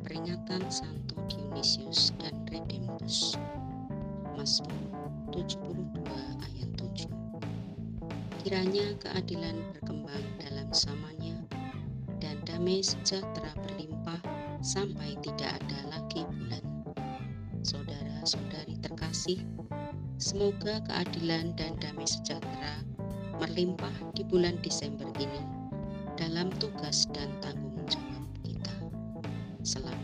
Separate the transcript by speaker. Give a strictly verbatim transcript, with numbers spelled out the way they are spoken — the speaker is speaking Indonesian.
Speaker 1: peringatan Santo Dionysius dan Redemptus. Mazmur tujuh puluh dua ayat tujuh. Kiranya keadilan berkembang dalam zamannya, dan damai sejahtera berlimpah sampai tidak ada lagi bulan. Saudara-saudari terkasih, semoga keadilan dan damai sejahtera berlimpah di bulan Desember ini dalam tugas dan tanggung jawab kita. Selamat